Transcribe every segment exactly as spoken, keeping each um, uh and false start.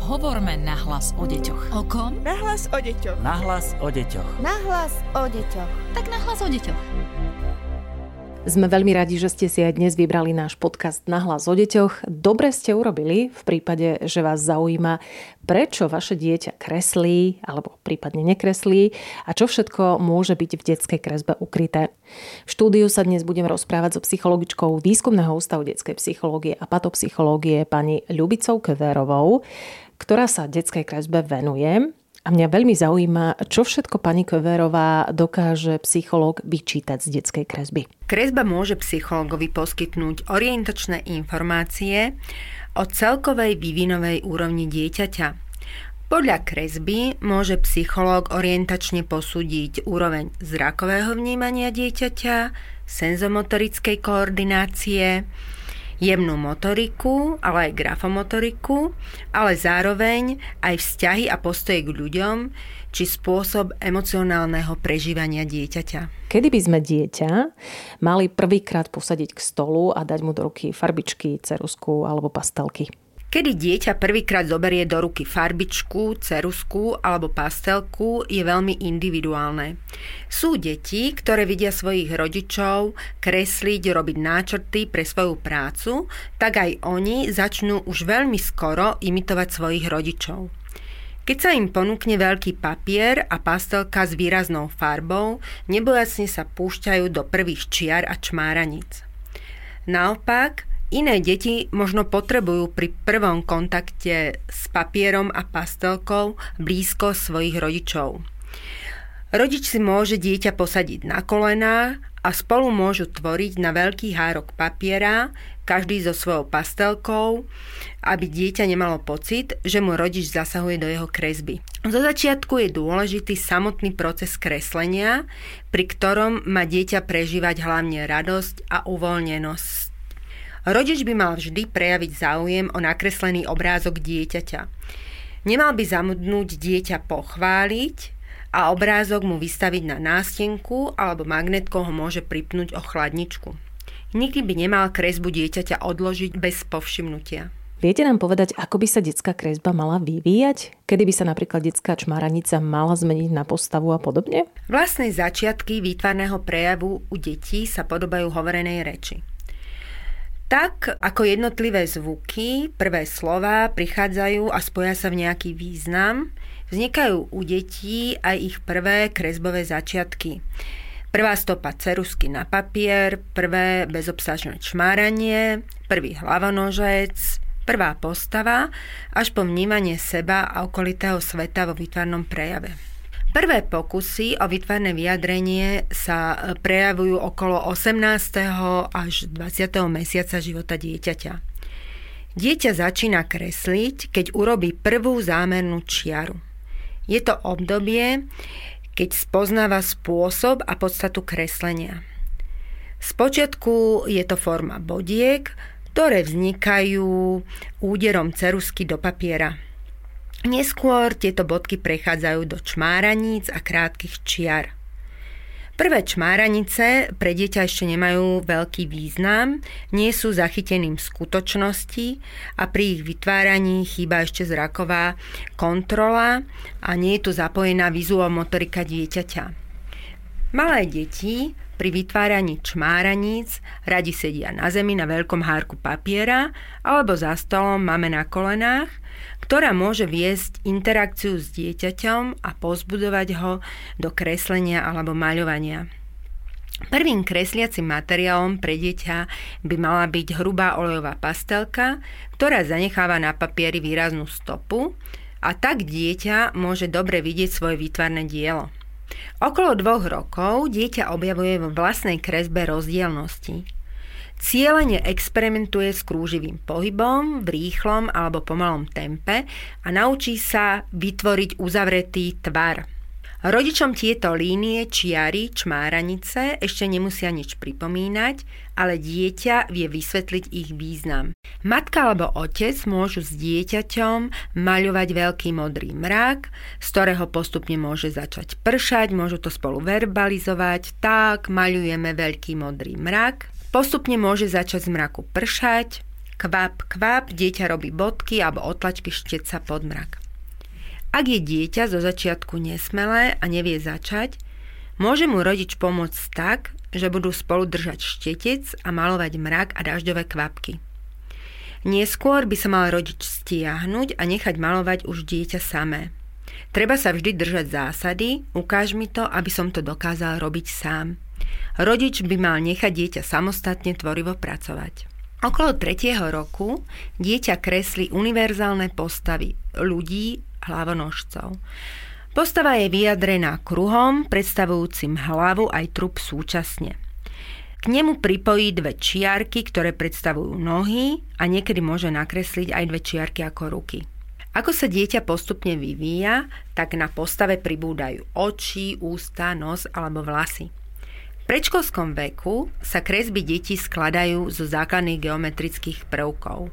Hovorme nahlas o deťoch. O kom? Nahlas o deťoch. Nahlas o deťoch. Nahlas o deťoch. Tak nahlas o deťoch. Sme veľmi radi, že ste si aj dnes vybrali náš podcast Nahlas o deťoch. Dobre ste urobili v prípade, že vás zaujíma, prečo vaše dieťa kreslí alebo prípadne nekreslí a čo všetko môže byť v detskej kresbe ukryté. V štúdiu sa dnes budem rozprávať so psychologičkou Výskumného ústavu detskej psychológie a patopsychológie pani Ľubicou Kverovou, ktorá sa detskej kresbe venuje. A mňa veľmi zaujíma, čo všetko pani Kverová dokáže psychológ vyčítať z detskej kresby. Kresba môže psychológovi poskytnúť orientačné informácie o celkovej vývinovej úrovni dieťaťa. Podľa kresby môže psychológ orientačne posúdiť úroveň zrakového vnímania dieťaťa, senzomotorickej koordinácie, jemnú motoriku, ale aj grafomotoriku, ale zároveň aj vzťahy a postoje k ľuďom, či spôsob emocionálneho prežívania dieťaťa. Kedy by sme dieťa mali prvýkrát posadiť k stolu a dať mu do ruky farbičky, ceruzku alebo pastelky? Kedy dieťa prvýkrát zoberie do ruky farbičku, ceruzku alebo pastelku, je veľmi individuálne. Sú deti, ktoré vidia svojich rodičov kresliť, robiť náčrty pre svoju prácu, tak aj oni začnú už veľmi skoro imitovať svojich rodičov. Keď sa im ponúkne veľký papier a pastelka s výraznou farbou, nebojacne sa púšťajú do prvých čiar a čmáraníc. Naopak, iné deti možno potrebujú pri prvom kontakte s papierom a pastelkou blízko svojich rodičov. Rodič si môže dieťa posadiť na kolená a spolu môžu tvoriť na veľký hárok papiera, každý so svojou pastelkou, aby dieťa nemalo pocit, že mu rodič zasahuje do jeho kresby. Zo začiatku je dôležitý samotný proces kreslenia, pri ktorom má dieťa prežívať hlavne radosť a uvoľnenosť. Rodič by mal vždy prejaviť záujem o nakreslený obrázok dieťaťa. Nemal by zamudnúť dieťa pochváliť a obrázok mu vystaviť na nástenku alebo magnetkou ho môže pripnúť o chladničku. Nikdy by nemal kresbu dieťaťa odložiť bez povšimnutia. Viete nám povedať, ako by sa detská kresba mala vyvíjať? Kedy by sa napríklad detská čmáranica mala zmeniť na postavu a podobne? Vlastné začiatky výtvarného prejavu u detí sa podobajú hovorenej reči. Tak ako jednotlivé zvuky, prvé slová prichádzajú a spoja sa v nejaký význam, vznikajú u detí aj ich prvé kresbové začiatky. Prvá stopa ceruzky na papier, prvé bezobsažné čmáranie, prvý hlavonožec, prvá postava, až po vnímanie seba a okolitého sveta vo výtvarnom prejave. Prvé pokusy o výtvarné vyjadrenie sa prejavujú okolo osemnásteho až dvadsiateho mesiaca života dieťaťa. Dieťa začína kresliť, keď urobí prvú zámernú čiaru. Je to obdobie, keď spoznáva spôsob a podstatu kreslenia. Spočiatku je to forma bodiek, ktoré vznikajú úderom ceruzky do papiera. Neskôr tieto bodky prechádzajú do čmáraníc a krátkych čiar. Prvé čmáranice pre dieťa ešte nemajú veľký význam, nie sú zachyteným v skutočnosti a pri ich vytváraní chýba ešte zraková kontrola a nie je tu zapojená vizuomotorika dieťaťa. Malé deti pri vytváraní čmáraníc radi sedia na zemi na veľkom hárku papiera alebo za stolom máme na kolenách, ktorá môže viesť interakciu s dieťaťom a povzbudzovať ho do kreslenia alebo maľovania. Prvým kresliacim materiálom pre dieťa by mala byť hrubá olejová pastelka, ktorá zanecháva na papieri výraznú stopu a tak dieťa môže dobre vidieť svoje výtvarné dielo. Okolo dvoch rokov dieťa objavuje vo vlastnej kresbe rozdielnosti. Cielene experimentuje s krúživým pohybom v rýchlom alebo pomalom tempe a naučí sa vytvoriť uzavretý tvar. Rodičom tieto línie, čiary, čmáranice ešte nemusia nič pripomínať, ale dieťa vie vysvetliť ich význam. Matka alebo otec môžu s dieťaťom maľovať veľký modrý mrak, z ktorého postupne môže začať pršať, môžu to spolu verbalizovať, tak maľujeme veľký modrý mrak. Postupne môže začať z mraku pršať, Kvap, kvap, dieťa robí bodky alebo otlačky šteca pod mrak. Ak je dieťa zo začiatku nesmelé a nevie začať, môže mu rodič pomôcť tak, že budú spolu držať štetec a malovať mrak a dažďové kvapky. Neskôr by sa mal rodič stiahnuť a nechať malovať už dieťa samé. Treba sa vždy držať zásady, ukáž mi to, aby som to dokázal robiť sám. Rodič by mal nechať dieťa samostatne tvorivo pracovať. Okolo tretieho roku dieťa kreslí univerzálne postavy ľudí, hlavonožcov. Postava je vyjadrená kruhom, predstavujúcim hlavu aj trup súčasne. K nemu pripojí dve čiarky, ktoré predstavujú nohy a niekedy môže nakresliť aj dve čiarky ako ruky. Ako sa dieťa postupne vyvíja, tak na postave pribúdajú oči, ústa, nos alebo vlasy. V predškolskom veku sa kresby detí skladajú zo základných geometrických prvkov.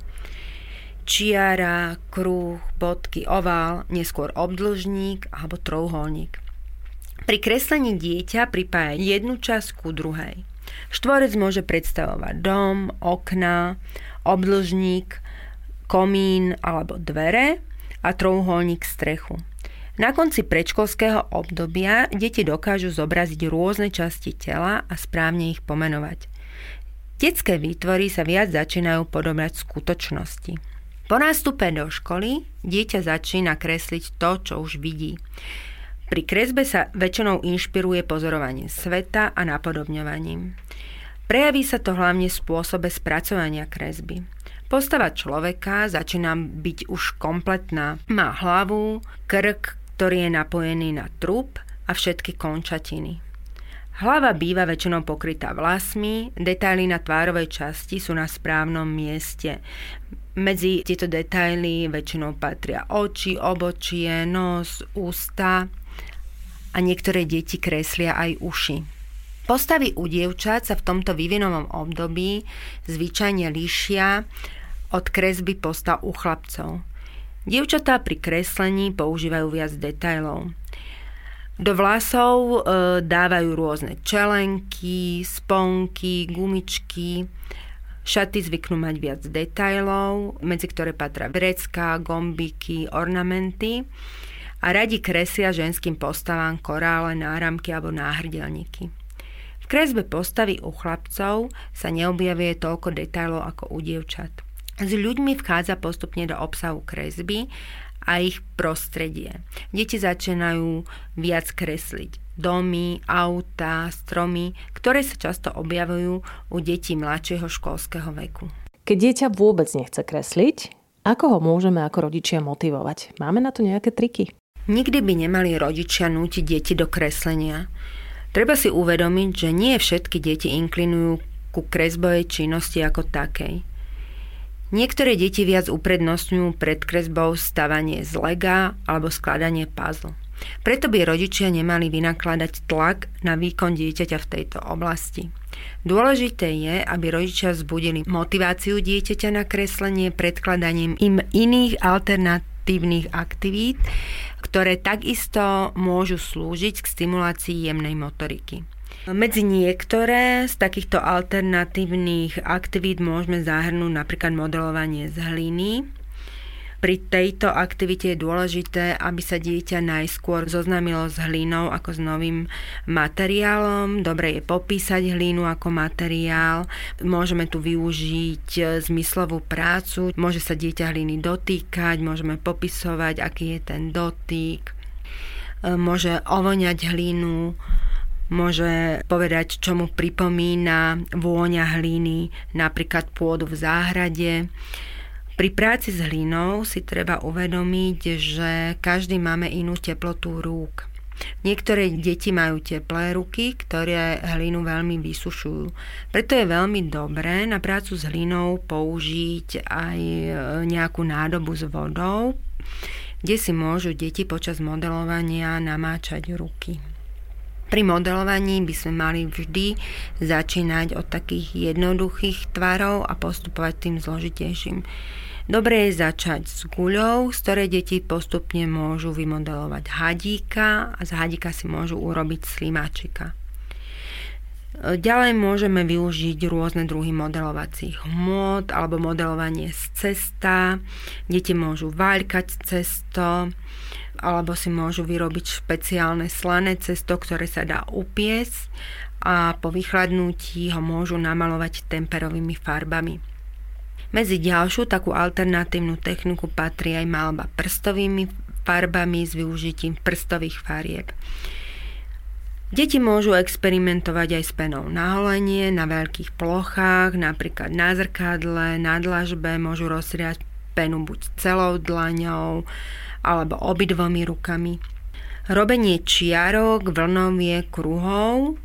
Čiara, kruh, bodky, ovál, neskôr obdĺžnik alebo trojuholník. Pri kreslení dieťa pripája jednu časť ku druhej. Štvorec môže predstavovať dom, okna, obdĺžnik, komín alebo dvere a trojuholník strechu. Na konci predškolského obdobia deti dokážu zobraziť rôzne časti tela a správne ich pomenovať. Detské výtvory sa viac začínajú podobať skutočnosti. Po nástupe do školy dieťa začína kresliť to, čo už vidí. Pri kresbe sa väčšinou inšpiruje pozorovaním sveta a napodobňovaním. Prejaví sa to hlavne v spôsobe spracovania kresby. Postava človeka začína byť už kompletná. Má hlavu, krk, ktorý je napojený na trup a všetky končatiny. Hlava býva väčšinou pokrytá vlasmi, detaily na tvárovej časti sú na správnom mieste. Medzi tieto detaily väčšinou patria oči, obočie, nos, ústa a niektoré deti kreslia aj uši. Postavy u dievčat sa v tomto vývinovom období zvyčajne líšia od kresby postav u chlapcov. Dievčatá pri kreslení používajú viac detailov. Do vlasov e, dávajú rôzne čelenky, sponky, gumičky. Šaty zvyknú mať viac detailov, medzi ktoré patria vrecká, gombiky, ornamenty. A radi kresia ženským postavám korále, náramky alebo náhrdelníky. V kresbe postavy u chlapcov sa neobjavuje toľko detailov ako u dievčat. S ľuďmi vchádza postupne do obsahu kresby a ich prostredie. Deti začínajú viac kresliť domy, autá, stromy, ktoré sa často objavujú u detí mladšieho školského veku. Keď dieťa vôbec nechce kresliť, ako ho môžeme ako rodičia motivovať? Máme na to nejaké triky? Nikdy by nemali rodičia nútiť deti do kreslenia. Treba si uvedomiť, že nie všetky deti inklinujú ku kresbovej činnosti ako takej. Niektoré deti viac uprednostňujú pred kresbou stavanie z lega alebo skladanie puzzle. Preto by rodičia nemali vynakladať tlak na výkon dieťaťa v tejto oblasti. Dôležité je, aby rodičia vzbudili motiváciu dieťaťa na kreslenie predkladaním im iných alternatívnych aktivít, ktoré takisto môžu slúžiť k stimulácii jemnej motoriky. Medzi niektoré z takýchto alternatívnych aktivít môžeme zahrnúť napríklad modelovanie z hliny. Pri tejto aktivite je dôležité, aby sa dieťa najskôr zoznámilo s hlinou ako s novým materiálom. Dobre je popísať hlinu ako materiál. Môžeme tu využiť zmyslovú prácu. Môže sa dieťa hliny dotýkať, môžeme popisovať, aký je ten dotyk. Môže ovoňať hlinu, môže povedať, čo mu pripomína vôňa hliny, napríklad pôdu v záhrade. Pri práci s hlinou si treba uvedomiť, že každý máme inú teplotu rúk. Niektoré deti majú teplé ruky, ktoré hlinu veľmi vysušujú. Preto je veľmi dobré na prácu s hlinou použiť aj nejakú nádobu s vodou, kde si môžu deti počas modelovania namáčať ruky. Pri modelovaní by sme mali vždy začínať od takých jednoduchých tvarov a postupovať tým zložitejším. Dobre je začať s guľou, z ktorej deti postupne môžu vymodelovať hadíka a z hadíka si môžu urobiť slimáčika. Ďalej môžeme využiť rôzne druhy modelovacích hmôt alebo modelovanie z cesta. Deti môžu váľkať cesto alebo si môžu vyrobiť špeciálne slané cesto, ktoré sa dá upiecť a po vychladnutí ho môžu namalovať temperovými farbami. Medzi ďalšiu takú alternatívnu techniku patrí aj maľba prstovými farbami s využitím prstových farieb. Deti môžu experimentovať aj s penou na holenie na veľkých plochách, napríklad na zrkadle, na dlažbe, môžu roztriať penu buď celou dlaňou alebo obidvomi rukami. Robenie čiarok, vlnoviek, kruhov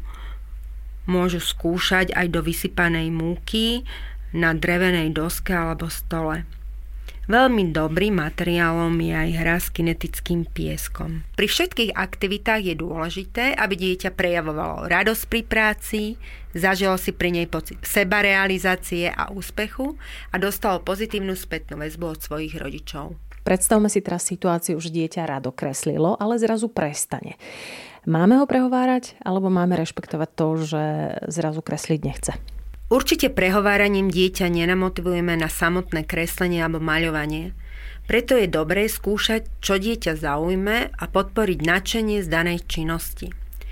môžu skúšať aj do vysypanej múky na drevenej doske alebo stole. Veľmi dobrým materiálom je aj hra s kinetickým pieskom. Pri všetkých aktivitách je dôležité, aby dieťa prejavovalo radosť pri práci, zažilo si pri nej pocit sebarealizácie a úspechu a dostalo pozitívnu spätnú väzbu od svojich rodičov. Predstavme si teraz situáciu, že dieťa rado kreslilo, ale zrazu prestane. Máme ho prehovárať, alebo máme rešpektovať to, že zrazu kresliť nechce? Určite prehováraním dieťa nenamotivujeme na samotné kreslenie alebo maľovanie. Preto je dobré skúšať, čo dieťa zaujme a podporiť nadšenie z danej činnosti.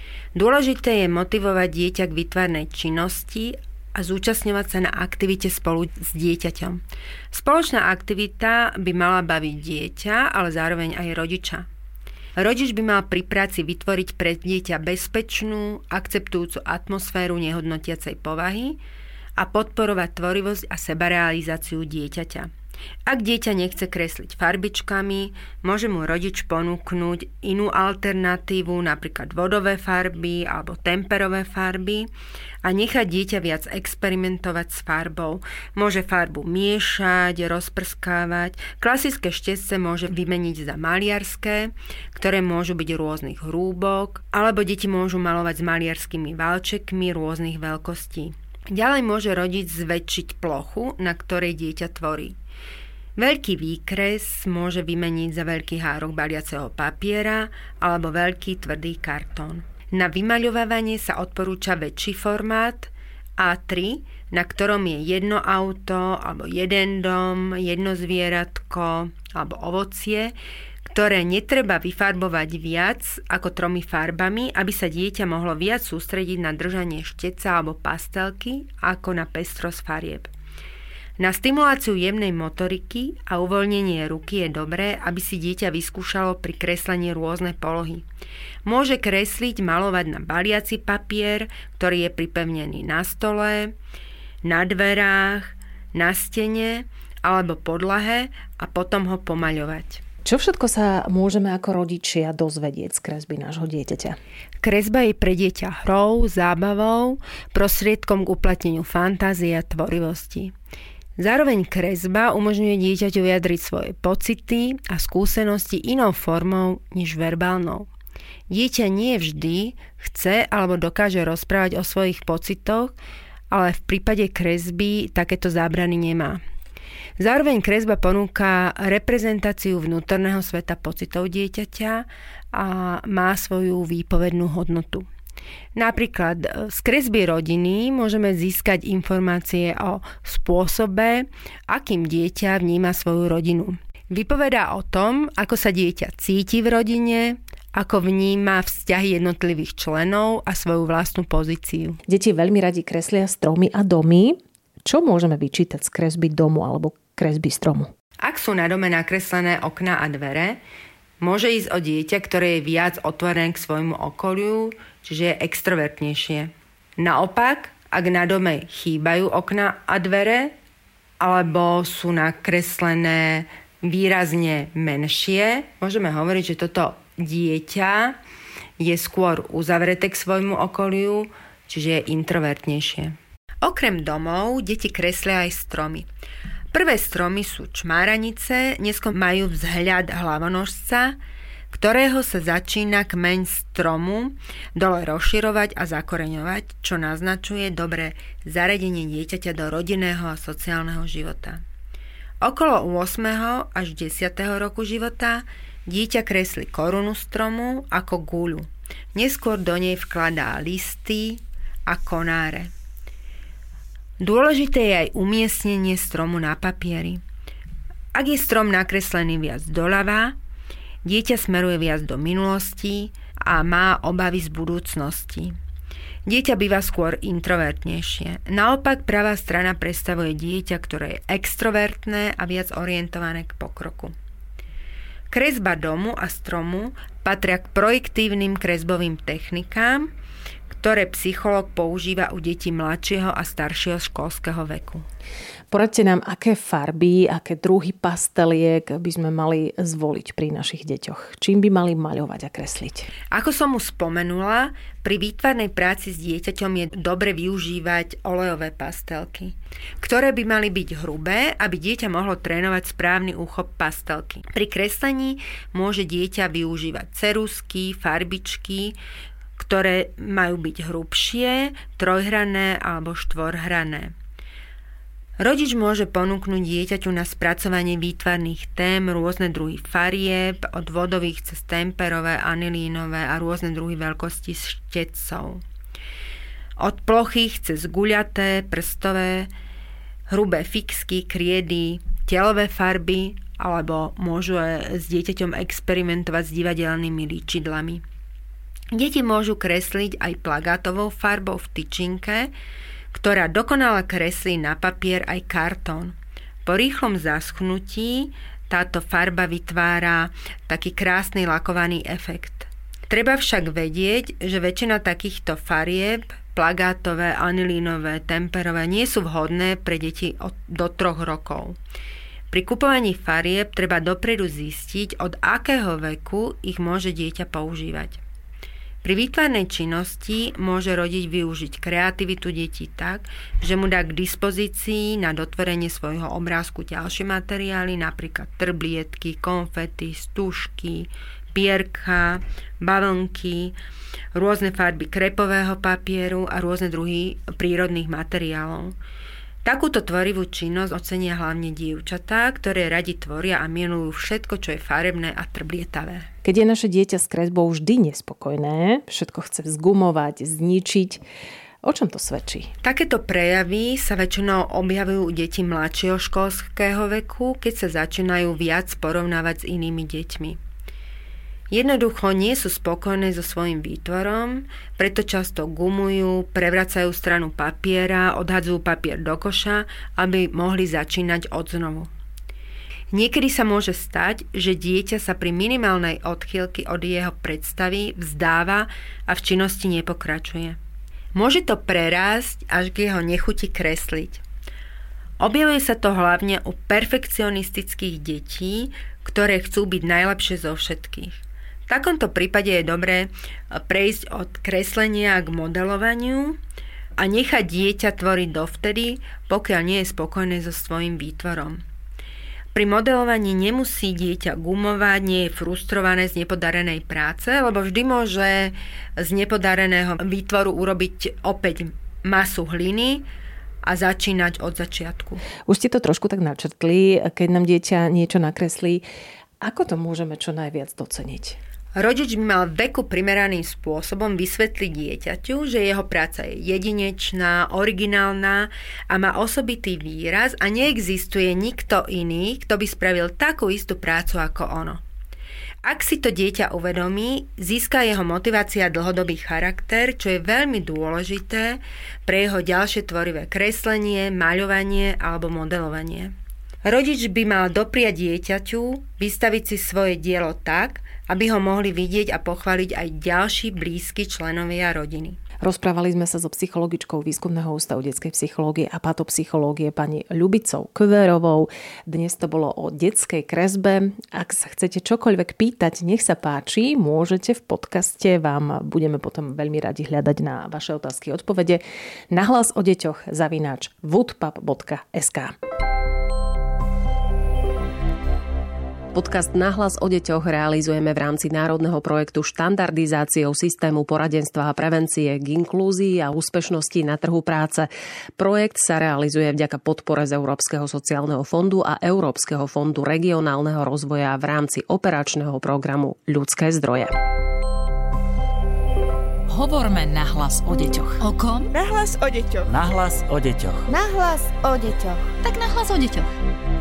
Dôležité je motivovať dieťa k výtvarnej činnosti a zúčastňovať sa na aktivite spolu s dieťaťom. Spoločná aktivita by mala baviť dieťa, ale zároveň aj rodiča. Rodič by mal pri práci vytvoriť pre dieťa bezpečnú, akceptujúcu atmosféru nehodnotiacej povahy a podporovať tvorivosť a sebarealizáciu dieťaťa. Ak dieťa nechce kresliť farbičkami, môže mu rodič ponúknuť inú alternatívu, napríklad vodové farby alebo temperové farby a nechať dieťa viac experimentovať s farbou. Môže farbu miešať, rozprskávať. Klasické štecce môže vymeniť za maliarské, ktoré môžu byť rôznych hrúbok, alebo deti môžu malovať s maliarskými valčekmi rôznych veľkostí. Ďalej môže rodič zväčšiť plochu, na ktorej dieťa tvorí. Veľký výkres môže vymeniť za veľký hárok baliaceho papiera alebo veľký tvrdý kartón. Na vymaľovávanie sa odporúča väčší formát á tri, na ktorom je jedno auto alebo jeden dom, jedno zvieratko alebo ovocie, ktoré netreba vyfarbovať viac ako tromi farbami, aby sa dieťa mohlo viac sústrediť na držanie šteca alebo pastelky ako na pestrosť farieb. Na stimuláciu jemnej motoriky a uvoľnenie ruky je dobré, aby si dieťa vyskúšalo pri kreslení rôzne polohy. Môže kresliť, malovať na baliaci papier, ktorý je pripevnený na stole, na dverách, na stene alebo podlahe a potom ho pomaľovať. Čo všetko sa môžeme ako rodičia dozvedieť z kresby nášho dieťaťa? Kresba je pre dieťa hrou, zábavou, prostriedkom k uplatneniu fantázie a tvorivosti. Zároveň kresba umožňuje dieťaťu vyjadriť svoje pocity a skúsenosti inou formou než verbálnou. Dieťa nie vždy chce alebo dokáže rozprávať o svojich pocitoch, ale v prípade kresby takéto zábrany nemá. Zároveň kresba ponúka reprezentáciu vnútorného sveta pocitov dieťaťa a má svoju výpovednú hodnotu. Napríklad z kresby rodiny môžeme získať informácie o spôsobe, akým dieťa vníma svoju rodinu. Vypovedá o tom, ako sa dieťa cíti v rodine, ako vníma vzťahy jednotlivých členov a svoju vlastnú pozíciu. Deti veľmi radi kreslia stromy a domy. Čo môžeme vyčítať z kresby domu alebo kresby stromu? Ak sú na dome nakreslené okná a dvere, môže ísť o dieťa, ktoré je viac otvorené k svojmu okoliu, čiže je extrovertnejšie. Naopak, ak na dome chýbajú okná a dvere, alebo sú nakreslené výrazne menšie, môžeme hovoriť, že toto dieťa je skôr uzavreté k svojmu okoliu, čiže je introvertnejšie. Okrem domov deti kreslia aj stromy. Prvé stromy sú čmáranice, neskôr majú vzhľad hlavonožca, ktorého sa začína kmeň stromu dole rozširovať a zakoreňovať, čo naznačuje dobré zaradenie dieťaťa do rodinného a sociálneho života. Okolo ôsmeho až desiateho roku života dieťa kreslí korunu stromu ako guľu. Neskôr do nej vkladá listy a konáre. Dôležité je aj umiestnenie stromu na papieri. Ak je strom nakreslený viac doľava, dieťa smeruje viac do minulosti a má obavy z budúcnosti. Dieťa býva skôr introvertnejšie. Naopak pravá strana predstavuje dieťa, ktoré je extrovertné a viac orientované k pokroku. Kresba domu a stromu patria k projektívnym kresbovým technikám, ktoré psychológ používa u detí mladšieho a staršieho školského veku. Poradte nám, aké farby, aké druhy pasteliek by sme mali zvoliť pri našich deťoch. Čím by mali maľovať a kresliť? Ako som už spomenula, pri výtvarnej práci s dieťaťom je dobre využívať olejové pastelky, ktoré by mali byť hrubé, aby dieťa mohlo trénovať správny úchop pastelky. Pri kreslení môže dieťa využívať ceruzky, farbičky, ktoré majú byť hrubšie, trojhranné alebo štvorhranné. Rodič môže ponúknuť dieťaťu na spracovanie výtvarných tém rôzne druhy farieb, od vodových cez temperové, anilínové a rôzne druhy veľkosti štetcov. Od plochých cez guľaté, prstové, hrubé fixky, kriedy, telové farby, alebo môžu s dieťaťom experimentovať s divadelnými líčidlami. Deti môžu kresliť aj plagátovou farbou v tyčinke, ktorá dokonale kreslí na papier aj kartón. Po rýchlom zaschnutí táto farba vytvára taký krásny lakovaný efekt. Treba však vedieť, že väčšina takýchto farieb, plagátové, anilínové, temperové, nie sú vhodné pre deti do troch rokov. Pri kupovaní farieb treba dopredu zistiť, od akého veku ich môže dieťa používať. Pri výtvarnej činnosti môže rodič využiť kreativitu detí tak, že mu dá k dispozícii na dotvorenie svojho obrázku ďalšie materiály, napríklad trblietky, konfety, stužky, pierka, bavlnky, rôzne farby krepového papieru a rôzne druhy prírodných materiálov. Takúto tvorivú činnosť ocenia hlavne dievčatá, ktoré radi tvoria a milujú všetko, čo je farebné a trblietavé. Keď je naše dieťa s kresbou vždy nespokojné, všetko chce zgumovať, zničiť, o čom to svedčí? Takéto prejavy sa väčšinou objavujú u detí mladšieho školského veku, keď sa začínajú viac porovnávať s inými deťmi. Jednoducho nie sú spokojné so svojím výtvorom, preto často gumujú, prevracajú stranu papiera, odhadzujú papier do koša, aby mohli začínať odznovu. Niekedy sa môže stať, že dieťa sa pri minimálnej odchýlky od jeho predstavy vzdáva a v činnosti nepokračuje. Môže to prerásť až k jeho nechuti kresliť. Objavuje sa to hlavne u perfekcionistických detí, ktoré chcú byť najlepšie zo všetkých. V takomto prípade je dobré prejsť od kreslenia k modelovaniu a nechať dieťa tvoriť dovtedy, pokiaľ nie je spokojné so svojím výtvorom. Pri modelovaní nemusí dieťa gumovať, nie je frustrované z nepodarenej práce, lebo vždy môže z nepodareného výtvoru urobiť opäť masu hliny a začínať od začiatku. Už ste to trošku tak načrtli, keď nám dieťa niečo nakreslí. Ako to môžeme čo najviac doceniť? Rodič by mal veku primeraným spôsobom vysvetliť dieťaťu, že jeho práca je jedinečná, originálna a má osobitý výraz a neexistuje nikto iný, kto by spravil takú istú prácu ako ono. Ak si to dieťa uvedomí, získa jeho motivácia dlhodobý charakter, čo je veľmi dôležité pre jeho ďalšie tvorivé kreslenie, maľovanie alebo modelovanie. Rodič by mal dopriať dieťaťu vystaviť si svoje dielo tak, aby ho mohli vidieť a pochváliť aj ďalší blízky členovia rodiny. Rozprávali sme sa so psychologičkou Výskumného ústavu detskej psychológie a patopsychológie pani Ľubicou Kverovou. Dnes to bolo o detskej kresbe. Ak sa chcete čokoľvek pýtať, nech sa páči, môžete v podcaste, vám budeme potom veľmi radi hľadať na vaše otázky a odpovede. Nahlas o deťoch zavináč woodpub bodka es ká. Podcast Nahlas o deťoch realizujeme v rámci národného projektu štandardizáciou systému poradenstva a prevencie k inklúzii a úspešnosti na trhu práce. Projekt sa realizuje vďaka podpore z Európskeho sociálneho fondu a Európskeho fondu regionálneho rozvoja v rámci operačného programu Ľudské zdroje. Hovorme nahlas o deťoch. O kom? Nahlas o deťoch. Nahlas o deťoch. Nahlas o deťoch. Tak nahlas o deťoch.